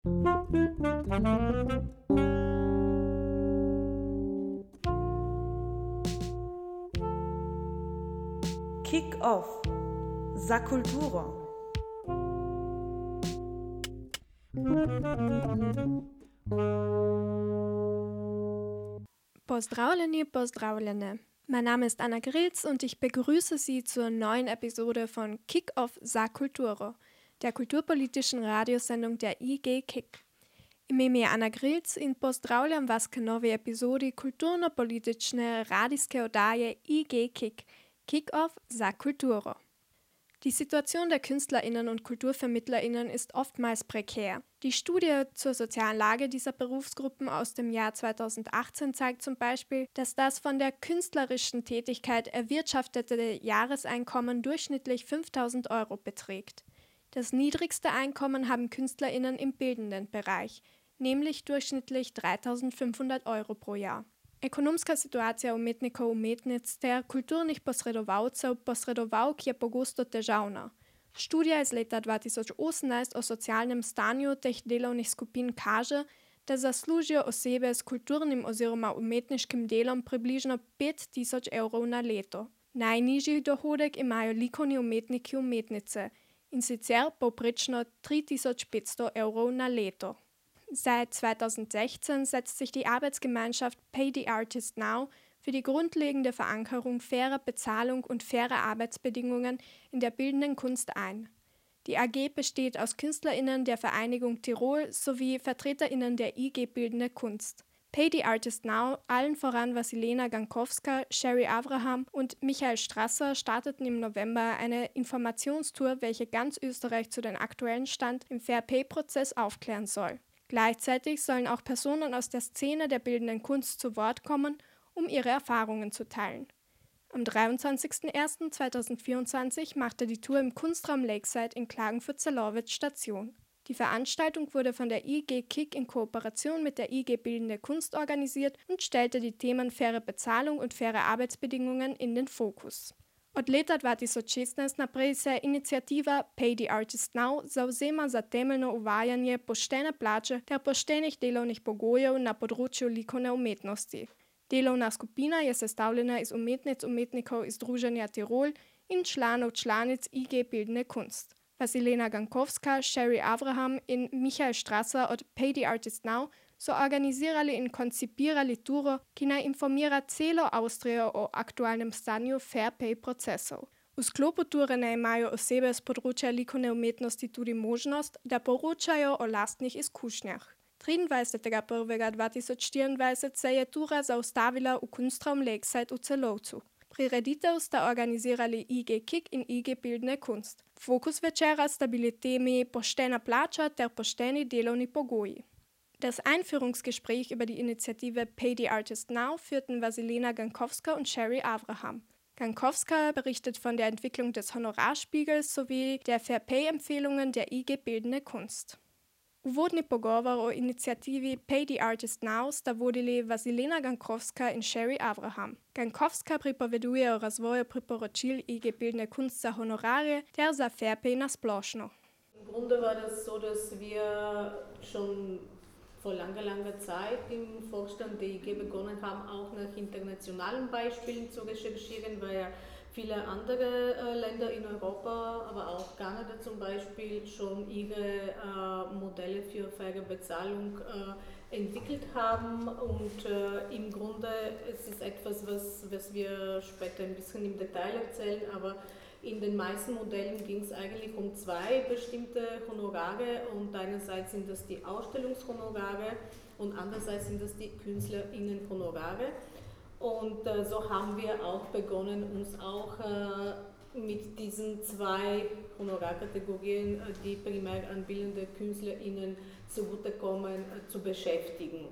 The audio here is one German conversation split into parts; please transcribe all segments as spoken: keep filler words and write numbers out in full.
Kick-Off za kulturo. Pozdravljeni, pozdravljene. Mein Name ist Anna Grilz und ich begrüße Sie zur neuen Episode von Kick-Off za kulturo, der kulturpolitischen Radiosendung der I G Kick. Ime mi je Ana Grilc in pozdravljam vas k novi epizodi kulturno-politične radijske oddaje I G Kick, Kick-Off za kulturo. Die Situation der KünstlerInnen und KulturvermittlerInnen ist oftmals prekär. Die Studie zur sozialen Lage dieser Berufsgruppen aus dem Jahr zweitausendachtzehn zeigt zum Beispiel, dass das von der künstlerischen Tätigkeit erwirtschaftete Jahreseinkommen durchschnittlich fünftausend Euro beträgt. Das niedrigste Einkommen haben KünstlerInnen im bildenden Bereich, nämlich durchschnittlich dreitausendfünfhundert Euro pro Jahr. Ekonomska situacija umetnikov umetnic ter kulturnih posredovalcev posredovalk je pogosto težavna. Študija iz leta dva tisoč osemnajst o socialnem stanju teh delovnih skupin kaže, da zaslužijo osebe s kulturnim oziroma umetniškim delom približno pet tisoč evrov na leto. Najnižji dohodek imajo likovni umetniki umetnice, in sicer povprečno tri tisoč petsto evrov na leto. Seit zweitausendsechzehn setzt sich die Arbeitsgemeinschaft Pay the Artist Now für die grundlegende Verankerung fairer Bezahlung und fairer Arbeitsbedingungen in der bildenden Kunst ein. Die A G besteht aus KünstlerInnen der Vereinigung Tirol sowie VertreterInnen der I G Bildende Kunst. Pay the Artist Now, allen voran Vasilena Gankowska, Sherry Avraham und Michael Strasser starteten im November eine Informationstour, welche ganz Österreich zu dem aktuellen Stand im Fair-Pay-Prozess aufklären soll. Gleichzeitig sollen auch Personen aus der Szene der bildenden Kunst zu Wort kommen, um ihre Erfahrungen zu teilen. Am dreiundzwanzigsten ersten zweitausendvierundzwanzig machte die Tour im Kunstraum Lakeside in Klagenfurt-Salowitz Station. Die Veranstaltung wurde von der I G Kick in Kooperation mit der I G Bildende Kunst organisiert und stellte die Themen faire Bezahlung und faire Arbeitsbedingungen in den Fokus. Od leta dva tisoč šestnajst naprej se inicijativa Pay the Artist Now zavzema za temeljno uvajanje poštene plače ter poštenih delovnih pogojev na področju likovne umetnosti. Delovna skupina je sestavljena iz umetnic umetnikov iz Združenja Tirol in članov članic I G Bildende Kunst. Vasilena Gankowska, Sherry Avraham in Michael Strasser od Pay the Artist Now so organizirali in koncipirali turo, ki naj informira celo Avstrijo o aktualnem stanju fair pay procesov. V sklopu ture naj imajo osebe s področja likovne umetnosti tudi možnost, da poročajo o lastnih izkušnjah. triindvajsetega prvega dva tisoč štiriindvajset se je tura zaustavila v Kunstraum Lakeside v Celovcu. Prireditev sta organizirali I G Kick in I G Bildende Kunst. Fokus večera sta bili temi poštena plača ter pošteni delovni pogoji. Das Einführungsgespräch über die Initiative Pay the Artist Now führten Vasilena Gankowska und Sherry Avraham. Gankowska berichtet von der Entwicklung des Honorarspiegels sowie der Fair-Pay-Empfehlungen der I G Bildende Kunst. Uvodni pogovor o inicijativi Pay the Artist Now sta vodili Vasilena Gankowska in Sherry Avraham. Gankowska pripoveduje o razvoju priporočil I G Bildende Kunst za honorarje ter za Fair-Pay na splošno. Im Grunde war das so, dass wir schon vor langer, langer Zeit im Vorstand der I G begonnen haben, auch nach internationalen Beispielen zu recherchieren, weil ja viele andere äh, Länder in Europa, aber auch Kanada zum Beispiel, schon ihre äh, Modelle für faire Bezahlung äh, entwickelt haben. Und äh, im Grunde es ist etwas, was, was wir später ein bisschen im Detail erzählen, aber in den meisten Modellen ging es eigentlich um zwei bestimmte Honorare und einerseits sind das die Ausstellungshonorare und andererseits sind das die KünstlerInnen-Honorare. Und äh, so haben wir auch begonnen, uns auch äh, mit diesen zwei Honorarkategorien, äh, die primär an bildende KünstlerInnen zugutekommen, äh, zu beschäftigen.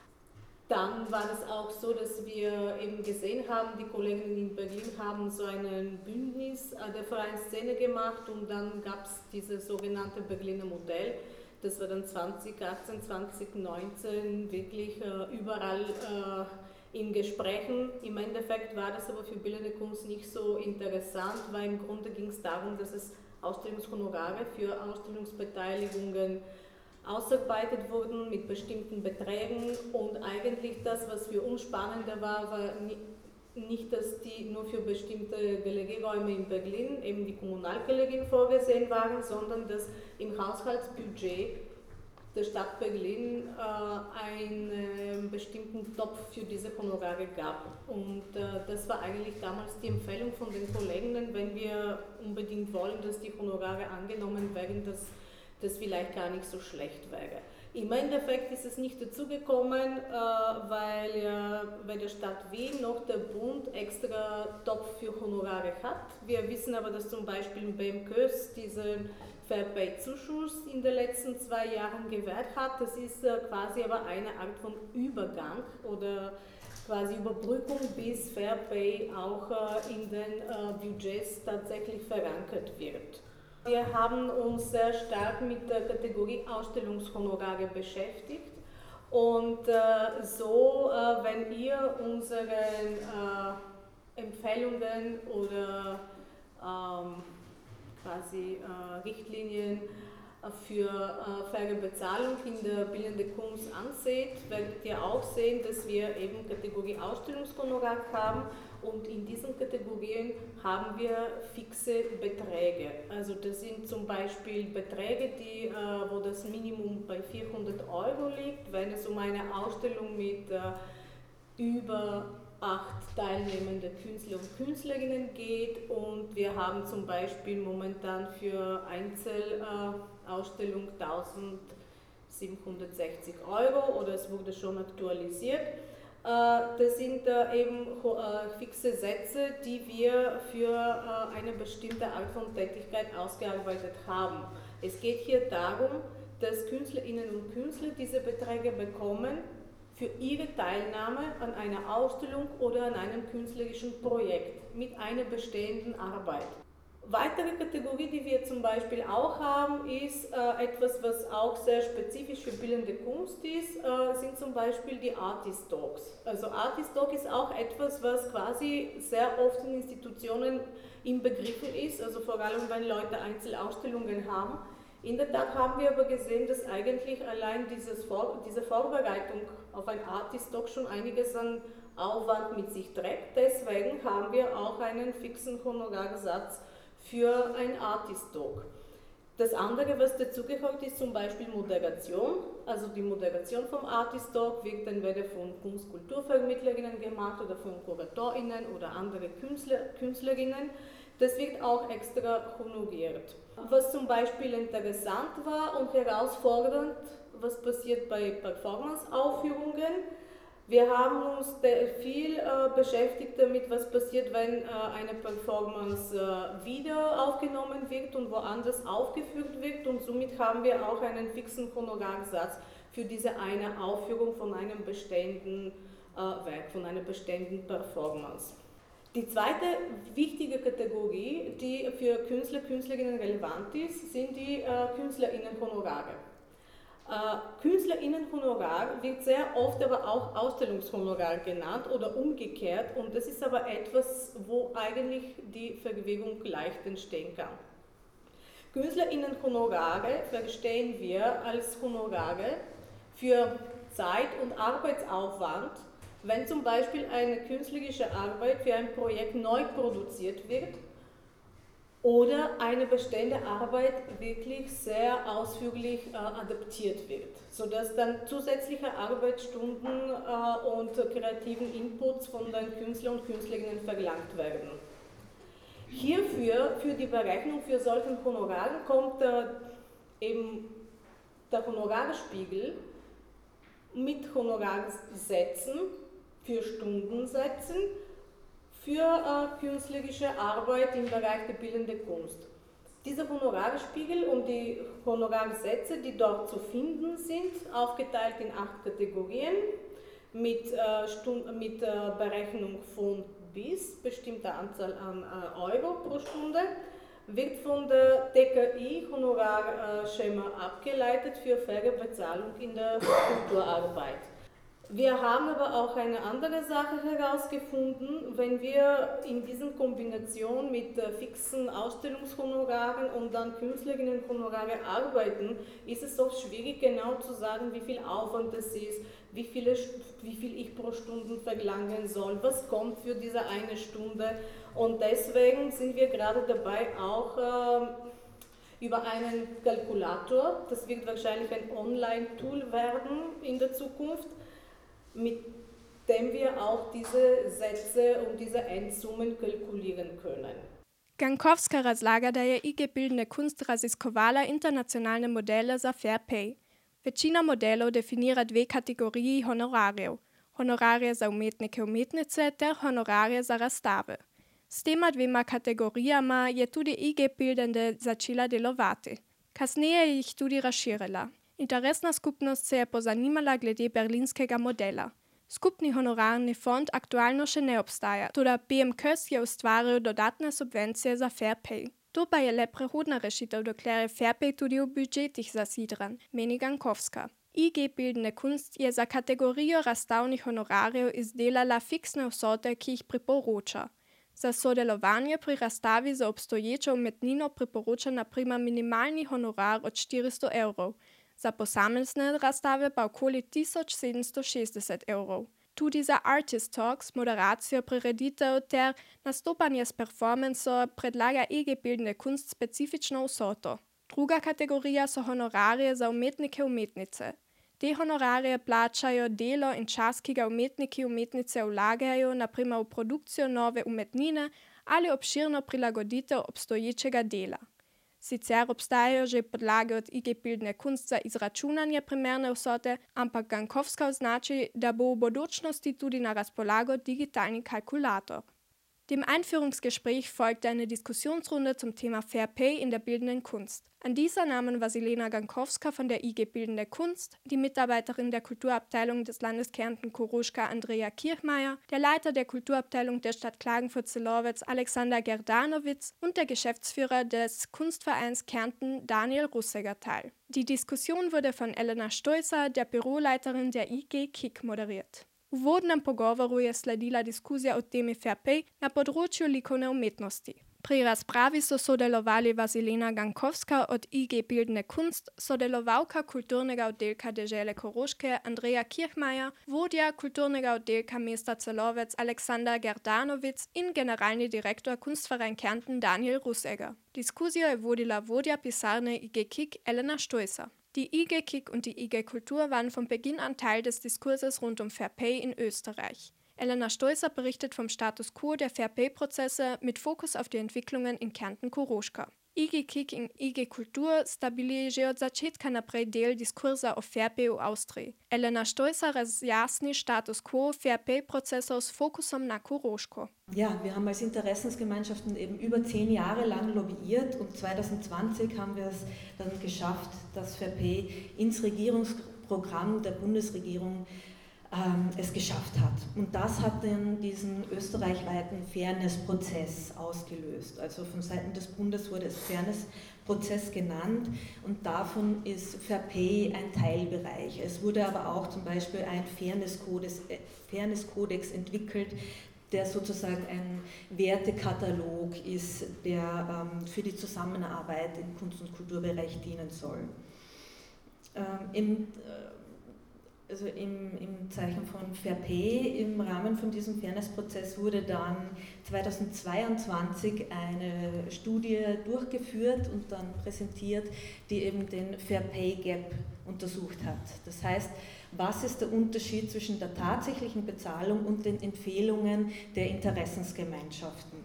Dann war es auch so, dass wir eben gesehen haben, die Kolleginnen in Berlin haben so ein Bündnis der freien Szene gemacht und dann gab es dieses sogenannte Berliner Modell. Das war dann zwanzig achtzehn, zwanzig neunzehn wirklich äh, überall äh, in Gesprächen. Im Endeffekt war das aber für bildende Kunst nicht so interessant, weil im Grunde ging es darum, dass es Ausstellungshonorare für Ausstellungsbeteiligungen ausgearbeitet wurden mit bestimmten Beträgen und eigentlich das, was für uns spannender war, war nicht, dass die nur für bestimmte Gelege-Räume in Berlin, eben die Kommunalkollegien vorgesehen waren, sondern dass im Haushaltsbudget der Stadt Berlin äh, einen bestimmten Topf für diese Honorare gab. Und äh, das war eigentlich damals die Empfehlung von den Kolleginnen, wenn wir unbedingt wollen, dass die Honorare angenommen werden, dass das vielleicht gar nicht so schlecht wäre. Im Endeffekt ist es nicht dazu gekommen, äh, weil äh, bei der Stadt Wien noch der Bund extra Topf für Honorare hat. Wir wissen aber, dass zum Beispiel B M Kös diesen Fairpay-Zuschuss in den letzten zwei Jahren gewährt hat. Das ist äh, quasi aber eine Art von Übergang oder quasi Überbrückung, bis Fairpay auch äh, in den äh, Budgets tatsächlich verankert wird. Wir haben uns sehr stark mit der Kategorie Ausstellungshonorare beschäftigt und äh, so, äh, wenn ihr unseren äh, Empfehlungen oder ähm, quasi äh, Richtlinien für äh, faire Bezahlung in der bildenden Kunst anseht, werdet ihr auch sehen, dass wir eben Kategorie Ausstellungshonorar haben und in diesen Kategorien haben wir fixe Beträge. Also das sind zum Beispiel Beträge, die, äh, wo das Minimum bei vierhundert Euro liegt, wenn es um eine Ausstellung mit äh, über acht teilnehmende Künstler und Künstlerinnen geht und wir haben zum Beispiel momentan für Einzelausstellung eintausendsiebenhundertsechzig Euro oder es wurde schon aktualisiert. Das sind eben fixe Sätze, die wir für eine bestimmte Art von Tätigkeit ausgearbeitet haben. Es geht hier darum, dass Künstlerinnen und Künstler diese Beträge bekommen für ihre Teilnahme an einer Ausstellung oder an einem künstlerischen Projekt mit einer bestehenden Arbeit. Weitere Kategorie, die wir zum Beispiel auch haben, ist äh, etwas, was auch sehr spezifisch für bildende Kunst ist, äh, sind zum Beispiel die Artist Talks. Also Artist Talk ist auch etwas, was quasi sehr oft in Institutionen inbegriffen ist, also vor allem, wenn Leute Einzelausstellungen haben. In der Tat haben wir aber gesehen, dass eigentlich allein dieses Vor- diese Vorbereitung auf ein Artist Talk schon einiges an Aufwand mit sich trägt. Deswegen haben wir auch einen fixen Honorarsatz für ein Artist Talk. Das andere, was dazugehört, ist zum Beispiel Moderation. Also die Moderation vom Artist Talk wird entweder von Kunst-Kulturvermittlerinnen gemacht oder von KuratorInnen oder andere Künstler, Künstlerinnen. Das wird auch extra honoriert. Was zum Beispiel interessant war und herausfordernd, was passiert bei Performance-Aufführungen. Wir haben uns viel äh, beschäftigt damit, was passiert, wenn äh, eine Performance äh, wieder aufgenommen wird und woanders aufgeführt wird und somit haben wir auch einen fixen Honorarsatz für diese eine Aufführung von einem bestehenden äh, Werk, von einer bestehenden Performance. Die zweite wichtige Kategorie, die für Künstler, Künstlerinnen relevant ist, sind die äh, KünstlerInnen-Honorare. Äh, KünstlerInnen-Honorar wird sehr oft aber auch Ausstellungshonorar genannt oder umgekehrt und das ist aber etwas, wo eigentlich die Verwirrung leicht entstehen kann. KünstlerInnen-Honorare verstehen wir als Honorare für Zeit und Arbeitsaufwand, wenn zum Beispiel eine künstlerische Arbeit für ein Projekt neu produziert wird oder eine bestehende Arbeit wirklich sehr ausführlich äh, adaptiert wird, sodass dann zusätzliche Arbeitsstunden äh, und kreativen Inputs von den Künstlern und Künstlerinnen verlangt werden. Hierfür, für die Berechnung für solchen Honoraren, kommt äh, eben der Honorarspiegel mit Honorarsätzen für Stundensätzen für äh, künstlerische Arbeit im Bereich der bildenden Kunst. Dieser Honorarspiegel und die Honorarsätze, die dort zu finden sind, aufgeteilt in acht Kategorien mit, äh, Stund- mit äh, Berechnung von bis bestimmter Anzahl an äh, Euro pro Stunde, wird von der T K I-Honorarschema abgeleitet für faire Bezahlung in der Kulturarbeit. Wir haben aber auch eine andere Sache herausgefunden, wenn wir in dieser Kombination mit fixen Ausstellungshonoraren und dann Künstlerinnenhonorare arbeiten, ist es oft schwierig genau zu sagen, wie viel Aufwand es ist, wie, viele, wie viel ich pro Stunde verlangen soll, was kommt für diese eine Stunde, und deswegen sind wir gerade dabei, auch äh, über einen Kalkulator, das wird wahrscheinlich ein Online-Tool werden in der Zukunft, mit dem wir auch diese Sätze und diese Endsummen kalkulieren können. Gankowska razlaga da je I G bildne kunst raziskovala internacionalne modele za fair pay. Većina modelov definira dve kategoriji honorarjev, honorarje za umetnike umetnice ter honorarje za razstave. S tema dvema kategorijama je tudi I G bildende začela delovati. Kasneje jih tudi razširila. Interesna skupnost se je pozanimala glede berlinskega modela. Skupni honorarni fond aktualno še ne obstaja, toda B M K S je ustvaril dodatne subvencije za fair pay. To pa je le prehodna rešitev, dokler je fair pay tudi v budžetih zasidran, meni Gankowska. I G bildne kunst je za kategorijo razstavnih honorarjev izdelala fiksne vsote, ki jih priporoča. Za sodelovanje pri razstavi za obstoječo umetnino priporoča na primer minimalni honorar od štiristo evrov, za posamezne razstave pa okoli tisoč sedemsto šestdeset evrov. Tudi za Artist Talks, moderacijo prireditev ter nastopanje s performanco predlaga I G bildne kunst specifično vsoto. Druga kategorija so honorarje za umetnike umetnice. Te honorarje plačajo delo in čas, ki ga umetniki umetnice vlagajo, naprimer v produkcijo nove umetnine ali obširno prilagoditev obstoječega dela. Sicer obstajajo že podlage od I G bildne kunst za izračunanje primerne vsote, ampak Gankowska označi, da bo v bodočnosti tudi na razpolago digitalni kalkulator. Dem Einführungsgespräch folgte eine Diskussionsrunde zum Thema Fair Pay in der bildenden Kunst. An dieser nahmen Vasilena Gankowska von der I G Bildende Kunst, die Mitarbeiterin der Kulturabteilung des Landes Kärnten Koroschka Andrea Kirchmeier, der Leiter der Kulturabteilung der Stadt Klagenfurt-Zelorwitz Alexander Gerdanowitz und der Geschäftsführer des Kunstvereins Kärnten Daniel Russeger teil. Die Diskussion wurde von Elena Stolzer, der Büroleiterin der I G K I K, moderiert. V uvodnem pogovoru je sledila diskuzija o temi fair pay na področju likovne umetnosti. Pri razpravi so sodelovali Vasilena Gankowska od I G Bildne Kunst, sodelovalka kulturnega oddelka dežele Koroške Andrea Kirchmeier, vodja kulturnega oddelka mesta Celovec Alexander Gerdanowitz in generalni direktor Kunstverein Kärnten Daniel Russeger. Diskuzijo je vodila vodja pisarne I G K I K Elena Stolzer. Die I G K I K und die I G Kultur waren von Beginn an Teil des Diskurses rund um Fair Pay in Österreich. Elena Stolzer berichtet vom Status quo der Fair Pay-Prozesse mit Fokus auf die Entwicklungen in Kärnten-Koroška. I G K I K in I G Kultur stabili že od začetka naprej del diskurza o Fair Pay v Avstriji. Elena Stolzer razjasni Status quo Fair Pay-Prozessov s fokusom na Koroško. Ja, wir haben als Interessensgemeinschaften eben über zehn Jahre lang lobbyiert und zwanzig zwanzig haben wir es dann geschafft, dass Fair Pay ins Regierungsprogramm der Bundesregierung ähm, es geschafft hat. Und das hat dann diesen österreichweiten Fairness-Prozess ausgelöst. Also von Seiten des Bundes wurde es Fairness-Prozess genannt und davon ist Fair Pay ein Teilbereich. Es wurde aber auch zum Beispiel ein Fairness-Kodex, äh, Fairness-Kodex entwickelt, der sozusagen ein Wertekatalog ist, der ähm, für die Zusammenarbeit im Kunst- und Kulturbereich dienen soll. Ähm, im, äh, also im, im Zeichen von Fair Pay, im Rahmen von diesem Fairness-Prozess wurde dann zweitausendzweiundzwanzig eine Studie durchgeführt und dann präsentiert, die eben den Fair Pay Gap untersucht hat. Das heißt, was ist der Unterschied zwischen der tatsächlichen Bezahlung und den Empfehlungen der Interessensgemeinschaften?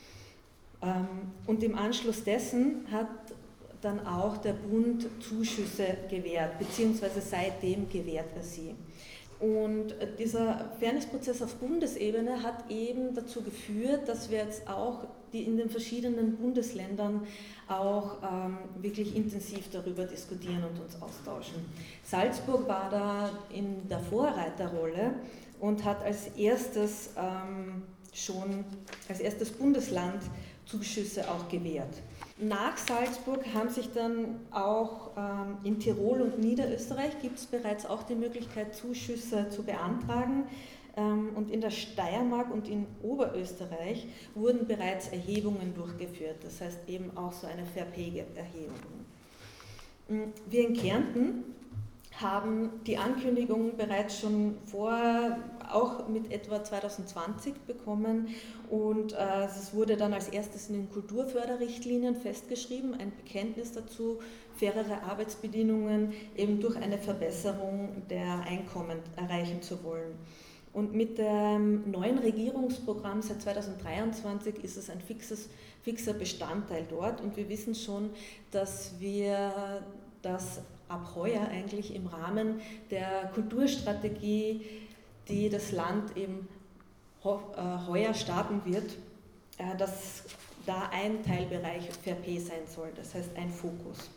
Und im Anschluss dessen hat dann auch der Bund Zuschüsse gewährt, beziehungsweise seitdem gewährt er sie. Und dieser Fairnessprozess auf Bundesebene hat eben dazu geführt, dass wir jetzt auch die in den verschiedenen Bundesländern auch ähm, wirklich intensiv darüber diskutieren und uns austauschen. Salzburg war da in der Vorreiterrolle und hat als erstes ähm, schon als erstes Bundesland Zuschüsse auch gewährt. Nach Salzburg haben sich dann auch ähm, in Tirol und Niederösterreich gibt es bereits auch die Möglichkeit, Zuschüsse zu beantragen. Ähm, und in der Steiermark und in Oberösterreich wurden bereits Erhebungen durchgeführt, das heißt eben auch so eine Fair Pay Gap Erhebung. Wir in Kärnten haben die Ankündigung bereits schon vor, auch mit etwa zwanzig zwanzig bekommen und äh, es wurde dann als erstes in den Kulturförderrichtlinien festgeschrieben, ein Bekenntnis dazu, fairere Arbeitsbedingungen eben durch eine Verbesserung der Einkommen erreichen zu wollen. Und mit dem neuen Regierungsprogramm seit zweitausenddreiundzwanzig ist es ein fixes, fixer Bestandteil dort und wir wissen schon, dass wir das ab heuer eigentlich im Rahmen der Kulturstrategie, die das Land eben heuer starten wird, dass da ein Teilbereich Fair Pay sein soll, das heißt ein Fokus.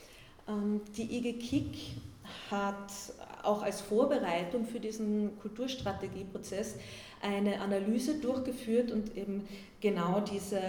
Die I G K I K hat auch als Vorbereitung für diesen Kulturstrategieprozess eine Analyse durchgeführt und eben genau diese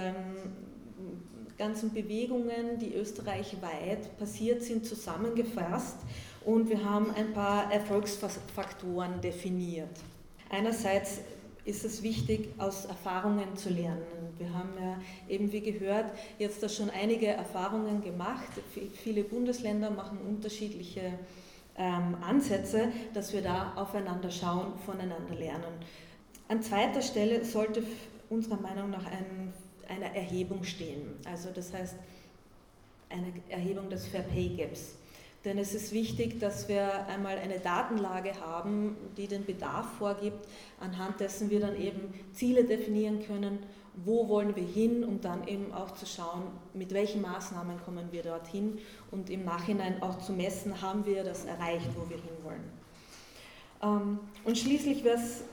ganzen Bewegungen, die österreichweit passiert sind, zusammengefasst und wir haben ein paar Erfolgsfaktoren definiert. Einerseits ist es wichtig, aus Erfahrungen zu lernen. Wir haben ja eben, wie gehört, jetzt da schon einige Erfahrungen gemacht. Viele Bundesländer machen unterschiedliche ähm, Ansätze, dass wir da aufeinander schauen, voneinander lernen. An zweiter Stelle sollte unserer Meinung nach ein eine Erhebung stehen, also das heißt eine Erhebung des Fair Pay Gaps. Denn es ist wichtig, dass wir einmal eine Datenlage haben, die den Bedarf vorgibt, anhand dessen wir dann eben Ziele definieren können, wo wollen wir hin, um dann eben auch zu schauen, mit welchen Maßnahmen kommen wir dorthin und im Nachhinein auch zu messen, haben wir das erreicht, wo wir hinwollen. Und schließlich wäre es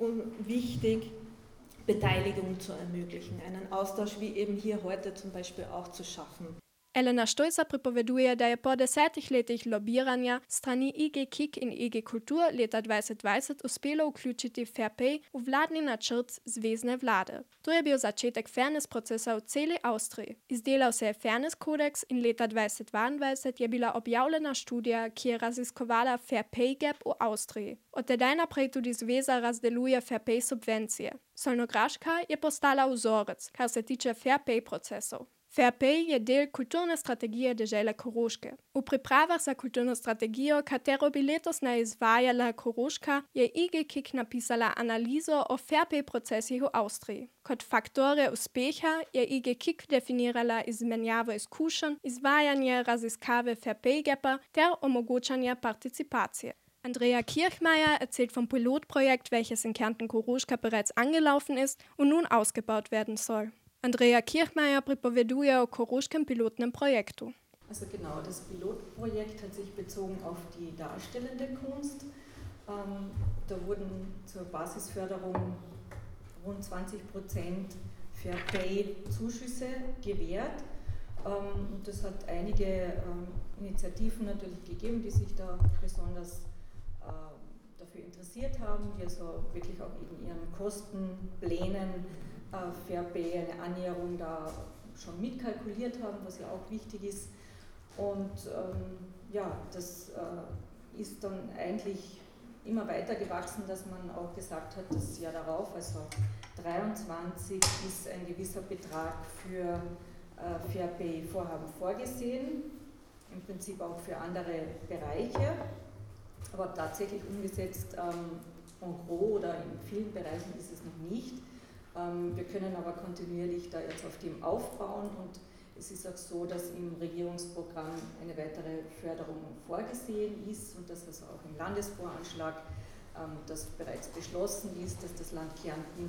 wichtig, Beteiligung zu ermöglichen, einen Austausch wie eben hier heute zum Beispiel auch zu schaffen. Elena Stojsa pripoveduje, da je po desetih letih lobiranja strani I G K I K in I G Kultur leta dvajset dvajset uspelo vključiti Fair Pay v vladni načrt zvezne vlade. To je bil začetek fairness procesa v celi Avstriji. Izdelal se je Fairness Kodeks in leta dvajset dvaindvajset je bila objavljena študija, ki je raziskovala Fair Pay Gap v Avstriji. Od tedaj naprej tudi zveza razdeluje Fair Pay subvencije. Solnograška je postala vzorec, kar se tiče Fair Pay procesov. Fair Pay je del kulturne strategije dežele Koroške. V pripravah za kulturno strategijo, katero bi letos naj izvajala Koroška, je I G K I K napisala analizo o Fair Pay procesih v Avstriji. Kot faktore uspeha je I G K I K definirala izmenjavo izkušenj, izvajanje raziskave Fair Pay Gapa ter omogočanje participacije. Andrea Kirchmeier erzählt vom Pilotprojekt, welches in Kärnten-Koroška bereits angelaufen ist und nun ausgebaut werden soll. Andrea Kirchmeier pripoveduje o koroškem pilotnem projektu. Also genau, das Pilotprojekt hat sich bezogen auf die darstellende Kunst. Ähm, da wurden zur Basisförderung rund zwanzig Prozent Fair Pay Zuschüsse gewährt. Ähm, und das hat einige ähm, Initiativen natürlich gegeben, die sich da besonders äh, dafür interessiert haben, die also wirklich auch in ihren Kostenplänen Fair Pay, eine Annäherung da schon mitkalkuliert haben, was ja auch wichtig ist. Und ähm, ja, das äh, ist dann eigentlich immer weiter gewachsen, dass man auch gesagt hat, das Jahr darauf, also dreiundzwanzig, ist ein gewisser Betrag für äh, Fair Pay Vorhaben vorgesehen, im Prinzip auch für andere Bereiche, aber tatsächlich umgesetzt ähm, en gros oder in vielen Bereichen ist es noch nicht. Wir können aber kontinuierlich da jetzt auf dem aufbauen und es ist auch so, dass im Regierungsprogramm eine weitere Förderung vorgesehen ist und dass also auch im Landesvoranschlag ähm, das bereits beschlossen ist, dass das Land Kärnten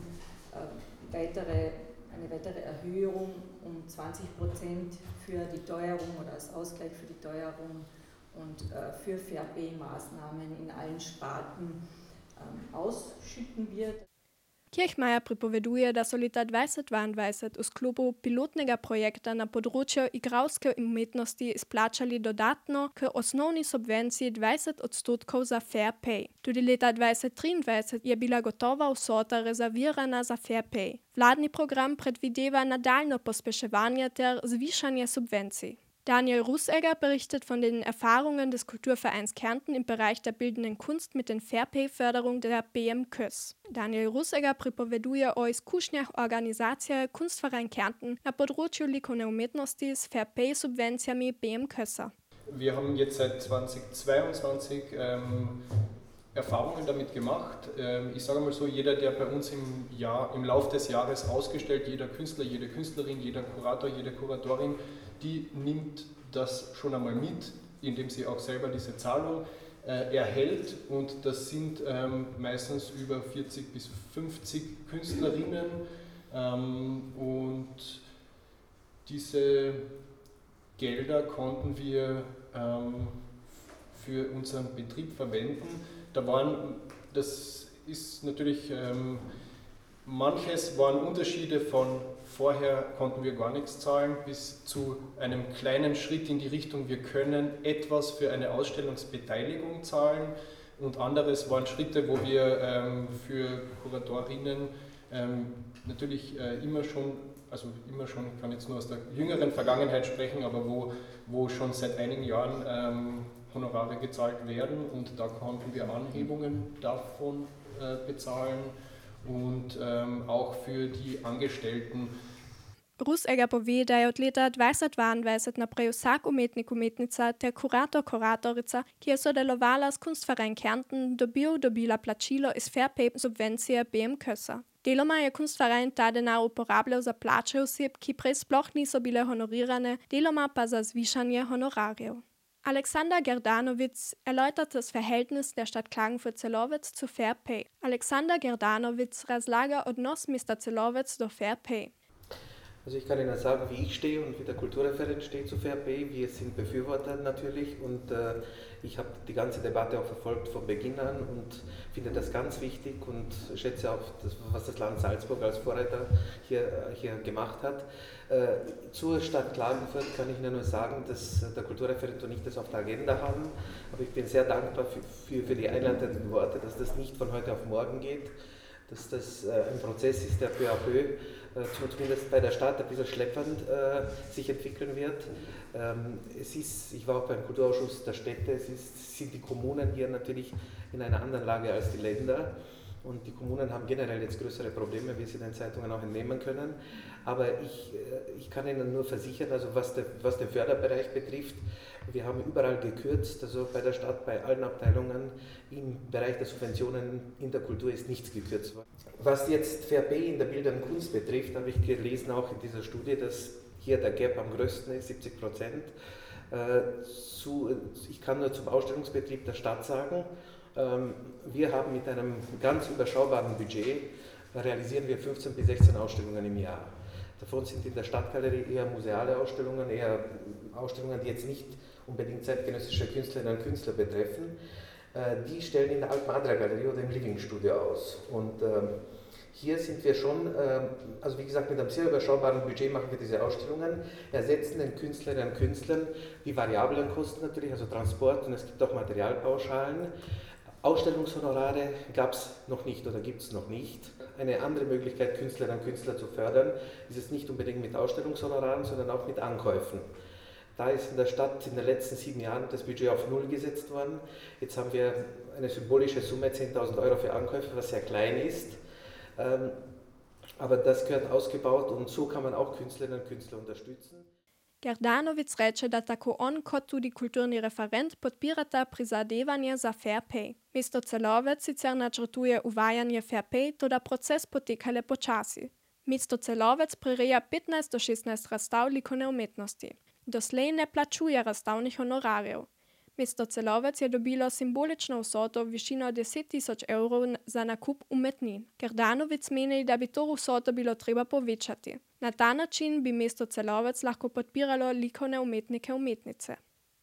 äh, weitere, eine weitere Erhöhung um zwanzig Prozent für die Teuerung oder als Ausgleich für die Teuerung und äh, für Fair Pay Maßnahmen in allen Sparten ähm, ausschütten wird. Kirchmajer pripoveduje, da so leta dvajset dvaindvajset v sklopu pilotnega projekta na področju igralske umetnosti izplačali dodatno k osnovni subvenciji dvajset odstotkov za Fair Pay. Tudi leta dvajset triindvajset je bila gotova vsota rezervirana za Fair Pay. Vladni program predvideva nadaljno pospeševanje ter zvišanje subvencij. Daniel Rusegger berichtet von den Erfahrungen des Kulturvereins Kärnten im Bereich der bildenden Kunst mit den Fair-Pay-Förderung der B M K Ö S. Daniel Rusegger pripoveduje o izkušnjah organizacije Kunstverein Kärnten na področju likovne umetnosti s Fair-Pay-Subvencijami B M K Ö S-a. Wir haben jetzt seit zweitausendzweiundzwanzig ähm, Erfahrungen damit gemacht. Ähm, ich sage mal so, jeder, der bei uns im, Jahr, im Lauf des Jahres ausgestellt, jeder Künstler, jede Künstlerin, jeder Kurator, jede Kuratorin, die nimmt das schon einmal mit, indem sie auch selber diese Zahlung äh, erhält, und das sind ähm, meistens über vierzig bis fünfzig Künstlerinnen, ähm, und diese Gelder konnten wir ähm, für unseren Betrieb verwenden. Da waren, das ist natürlich, ähm, manches waren Unterschiede von vorher konnten wir gar nichts zahlen bis zu einem kleinen Schritt in die Richtung, wir können etwas für eine Ausstellungsbeteiligung zahlen, und anderes waren Schritte, wo wir ähm, für Kuratorinnen ähm, natürlich äh, immer schon, also immer schon, ich kann jetzt nur aus der jüngeren Vergangenheit sprechen, aber wo, wo schon seit einigen Jahren ähm, Honorare gezahlt werden, und da konnten wir Anhebungen davon äh, bezahlen. Und ähm, auch für die Angestellten. Rusegger pove, da je od leta dvajset dvaindvajset naprej vsak umetnik umetnica ter kurator kuratorica, ki je sodelovala s Kunstverein Kärnten, dobil dobila plačilo iz Fair Pay subvencije B M K Ö S-a. Deloma je Kunstverein ta denar uporabljal za plače oseb, ki prej sploh niso bile honorirane, deloma pa za zvišanje honorarjev. Alexander Gerdanowitz erläutert das Verhältnis der Stadt Klagenfurt-Zellovec zu Fair Pay. Alexander Gerdanowitz razlaga odnos mesta Celovec do Fair Pay. Also ich kann Ihnen sagen, wie ich stehe und wie der Kulturreferent steht zu Fair Pay. Wir sind Befürworter natürlich, und äh, ich habe die ganze Debatte auch verfolgt von Beginn an und finde das ganz wichtig und schätze auch, das, was das Land Salzburg als Vorreiter hier, hier gemacht hat. Äh, zur Stadt Klagenfurt kann ich Ihnen nur sagen, dass der Kulturreferent und ich das auf der Agenda haben, aber ich bin sehr dankbar für, für, für die einleitenden Worte, dass das nicht von heute auf morgen geht, dass das äh, ein Prozess ist, der peu à peu, äh, zumindest bei der Stadt ein bisschen schleppend äh, sich entwickeln wird. Ähm, es ist, ich war auch beim Kulturausschuss der Städte, es ist, sind die Kommunen hier natürlich in einer anderen Lage als die Länder. Und die Kommunen haben generell jetzt größere Probleme, wie Sie den Zeitungen auch entnehmen können. Aber ich, ich kann Ihnen nur versichern, also was, der, was den Förderbereich betrifft, wir haben überall gekürzt, also bei der Stadt, bei allen Abteilungen im Bereich der Subventionen in der Kultur ist nichts gekürzt worden. Was jetzt Fair Pay in der bildenden Kunst betrifft, habe ich gelesen auch in dieser Studie, dass hier der Gap am größten ist, siebzig Prozent. Ich kann nur zum Ausstellungsbetrieb der Stadt sagen, wir haben mit einem ganz überschaubaren Budget, realisieren wir fünfzehn bis sechzehn Ausstellungen im Jahr. Davon sind in der Stadtgalerie eher museale Ausstellungen, eher Ausstellungen, die jetzt nicht unbedingt zeitgenössische Künstlerinnen und Künstler betreffen. Die stellen in der Alpen-Adria-Galerie oder im Living-Studio aus. Und hier sind wir schon, also wie gesagt, mit einem sehr überschaubaren Budget machen wir diese Ausstellungen, ersetzen den Künstlerinnen und Künstlern die variablen Kosten natürlich, also Transport, und es gibt auch Materialpauschalen. Ausstellungshonorare gab es noch nicht oder gibt es noch nicht. Eine andere Möglichkeit, Künstlerinnen und Künstler zu fördern, ist es nicht unbedingt mit Ausstellungshonoraren, sondern auch mit Ankäufen. Da ist in der Stadt in den letzten sieben Jahren das Budget auf Null gesetzt worden. Jetzt haben wir eine symbolische Summe, zehntausend Euro für Ankäufe, was sehr klein ist. Ähm, aber das gehört ausgebaut, und so kann man auch Künstlerinnen und Künstler unterstützen. Gerdanowitz reče, da tako on kot tudi kulturni referent podpirata prizadevanje za Fair Pay. Mesto Celovec sicer načrtuje uvajanje Fair Pay, toda proces poteka le počasi. Mesto Celovec prireja petnajst do šestnajst razstav likovne umetnosti. Doslej ne plačuje razstavnih honorarjev. Mesto Celovec je dobilo simbolično vsoto v višino deset tisoč evrov za nakup umetnin. Gerdanowitz meni, da bi to vsoto bilo treba povečati. Na ta način bi mesto Celovec lahko podpiralo likovne umetnike umetnice.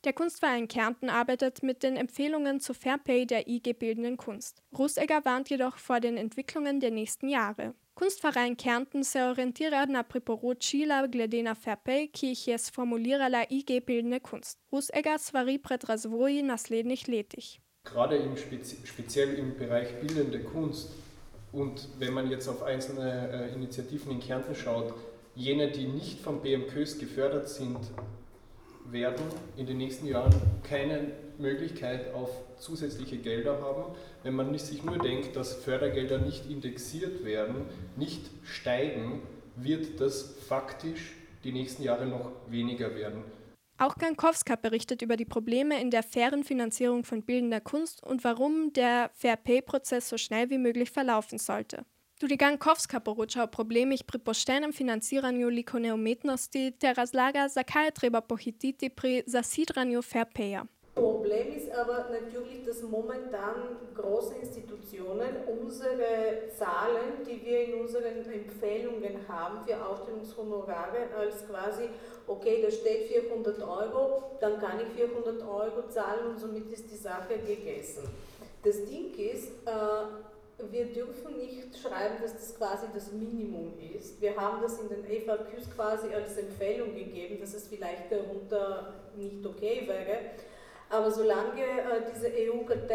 Der Kunstverein Kärnten arbeitet mit den Empfehlungen zu Fair Pay der I G Bildenden Kunst. Rusegger warnt jedoch vor den Entwicklungen der nächsten Jahre. Kunstverein Kärnten se orientira na priporočila glede na Fair Pay, ki jih je sformulirala I G Bildende Kunst. Rusegger svari pred razvoji naslednjih letih. Gerade im Spezi- speziell im Bereich Bildende Kunst und wenn man jetzt auf einzelne äh, Initiativen in Kärnten schaut, jene, die nicht vom B M K Ö S gefördert sind, werden in den nächsten Jahren keine Möglichkeit auf zusätzliche Gelder haben. Wenn man nicht, sich nur denkt, dass Fördergelder nicht indexiert werden, nicht steigen, wird das faktisch die nächsten Jahre noch weniger werden. Auch Gankowska berichtet über die Probleme in der fairen Finanzierung von bildender Kunst und warum der Fair-Pay-Prozess so schnell wie möglich verlaufen sollte. Tudi Gankowska poroča o problemih pri poštenem financiranju likovne umetnosti ter razlaga, zakaj je treba pohititi pri zasidranju Fair-Paya. Problem ist aber natürlich, dass momentan große Institutionen unsere Zahlen, die wir in unseren Empfehlungen haben für Ausstellungshonorare, als quasi, okay, da steht vierhundert Euro, dann kann ich vierhundert Euro zahlen und somit ist die Sache gegessen. Das Ding ist, äh, wir dürfen nicht schreiben, dass das quasi das Minimum ist. Wir haben das in den F A Qs quasi als Empfehlung gegeben, dass es vielleicht darunter nicht okay wäre. Aber solange äh, diese E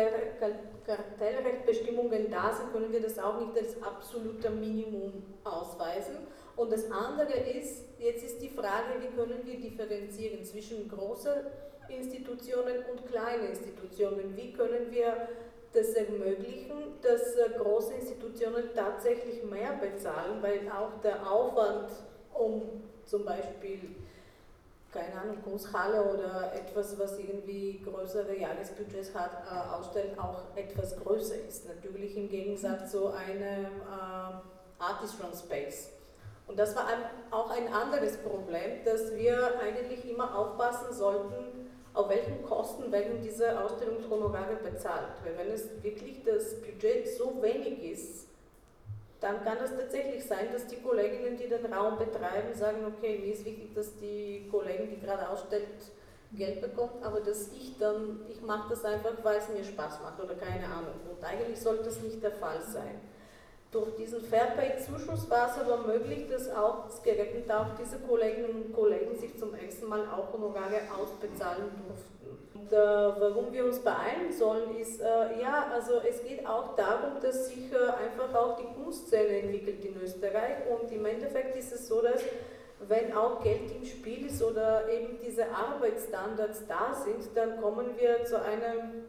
U-Kartellrechtbestimmungen da sind, können wir das auch nicht als absoluter Minimum ausweisen. Und das andere ist, jetzt ist die Frage, wie können wir differenzieren zwischen großen Institutionen und kleinen Institutionen? Wie können wir das ermöglichen, dass äh, große Institutionen tatsächlich mehr bezahlen, weil auch der Aufwand, um zum Beispiel keine Ahnung, Kunsthalle oder etwas, was irgendwie größere Jahresbudgets hat, äh, ausstellen, auch etwas größer ist. Natürlich im Gegensatz zu einem äh, Artist-Run Space. Und das war ein, auch ein anderes Problem, dass wir eigentlich immer aufpassen sollten, auf welchen Kosten werden diese Ausstellungshonorare bezahlt. Weil wenn es wirklich das Budget so wenig ist, dann kann es tatsächlich sein, dass die Kolleginnen, die den Raum betreiben, sagen, okay, mir ist wichtig, dass die Kollegin, die gerade ausstellt, Geld bekommt, aber dass ich dann, ich mache das einfach, weil es mir Spaß macht oder keine Ahnung. Und eigentlich sollte das nicht der Fall sein. Durch diesen Fairpay-Zuschuss war es aber möglich, dass auch gerechnet auch diese Kolleginnen und Kollegen sich zum ersten Mal auch Honorare ausbezahlen durften. Und, äh, warum wir uns beeilen sollen, ist, äh, ja, also es geht auch darum, dass sich äh, einfach auch die Kunstszene entwickelt in Österreich und im Endeffekt ist es so, dass wenn auch Geld im Spiel ist oder eben diese Arbeitsstandards da sind, dann kommen wir zu einem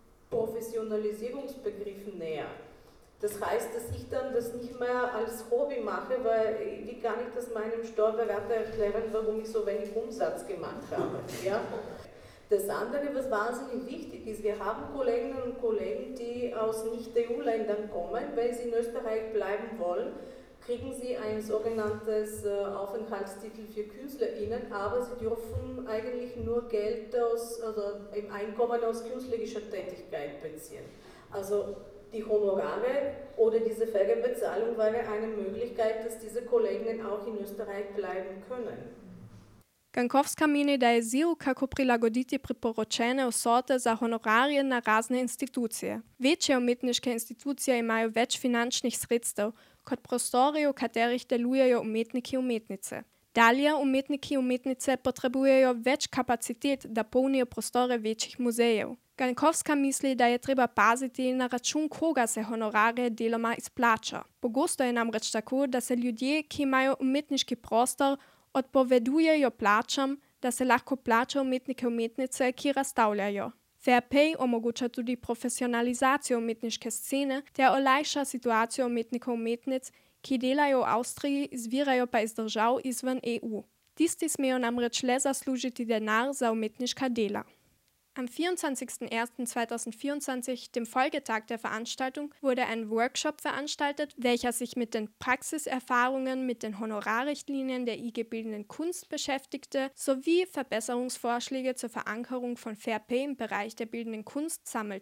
Professionalisierungsbegriff näher. Das heißt, dass ich dann das nicht mehr als Hobby mache, weil wie kann ich das meinem Steuerberater erklären, warum ich so wenig Umsatz gemacht habe. Ja? Das andere, was wahnsinnig wichtig ist, wir haben Kolleginnen und Kollegen, die aus Nicht-E U-Ländern kommen, wenn sie in Österreich bleiben wollen, kriegen sie ein sogenanntes Aufenthaltstitel für KünstlerInnen, aber sie dürfen eigentlich nur Geld aus, also im Einkommen aus künstlerischer Tätigkeit beziehen. Also die Honorare oder diese faire Bezahlung wäre eine Möglichkeit, dass diese Kolleginnen auch in Österreich bleiben können. Gankowska meni, da je ziv, kako prilagoditi priporočene vsote za honorarje na razne institucije. Večje umetniške institucije imajo več finančnih sredstev kot prostori, v katerih delujejo umetniki in umetnice. Dalje, umetniki in umetnice potrebujejo več kapacitet, da polnijo prostore večjih muzejev. Gankowska misli, da je treba paziti, na račun koga se honorare deloma izplača. Pogosto je namreč tako, da se ljudje, ki imajo umetniški prostor, odpovedujejo plačam, da se lahko plača umetnike umetnice, ki razstavljajo. Fair Pay omogoča tudi profesionalizacijo umetniške scene ter olajša situacijo umetnikov umetnic, ki delajo v Avstriji, izvirajo pa iz držav izven E U. Tisti smejo namreč le zaslužiti denar za umetniška dela. Am vierundzwanzigsten ersten zweitausendvierundzwanzig, dem Folgetag der Veranstaltung, wurde ein Workshop veranstaltet, welcher sich mit den Praxiserfahrungen mit den Honorarrichtlinien der I G Bildenden Kunst beschäftigte, sowie Verbesserungsvorschläge zur Verankerung von Fair Pay im Bereich der bildenden Kunst sammelte.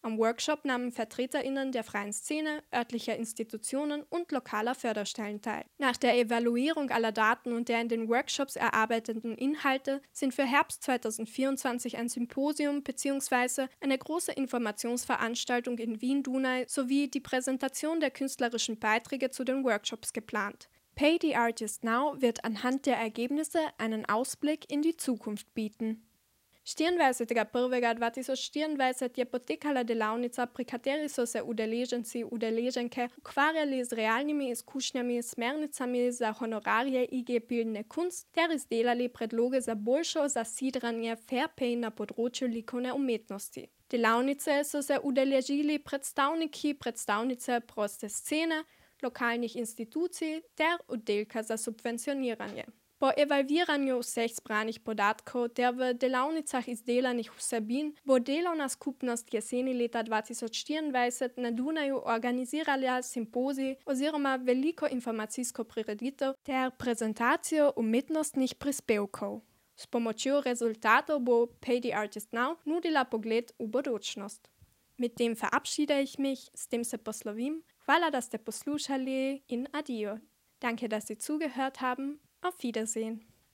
Am Workshop nahmen VertreterInnen der freien Szene, örtlicher Institutionen und lokaler Förderstellen teil. Nach der Evaluierung aller Daten und der in den Workshops erarbeiteten Inhalte sind für Herbst zweitausendvierundzwanzig ein Symposium bzw. eine große Informationsveranstaltung in Wien-Dunaj sowie die Präsentation der künstlerischen Beiträge zu den Workshops geplant. Pay the Artist Now wird anhand der Ergebnisse einen Ausblick in die Zukunft bieten. štiriindvajsetega prvega dva tisoč štiriindvajset je potekala delavnica, pri kateri so se udeleženci udeleženke ukvarjali z realnimi izkušnjami, smernicami za honorarje I G bildne kunst ter izdelali predloge za boljšo zasidranje fair pay na področju likovne umetnosti. Delavnice so se udeležili predstavniki predstavnice proste scene, lokalnih institucij ter oddelka za subvencioniranje. Po evalviranju vseh zbranih podatkov ter v delavnicah izdelanih vsebin bo delovna skupnost jeseni leta dva tisoč štiriindvajset na Dunaju organizirala simpozij oziroma veliko informacijsko prireditev ter prezentacijo umetnostnih prispevkov. S pomočjo rezultatov bo Pay the Artist Now nudila pogled v bodočnost. Mit dem verabschiede ich mich, s tem se poslovim. Hvala, da ste poslušali in adijo. Danke, dass Sie zugehört haben. Auf Wiedersehen.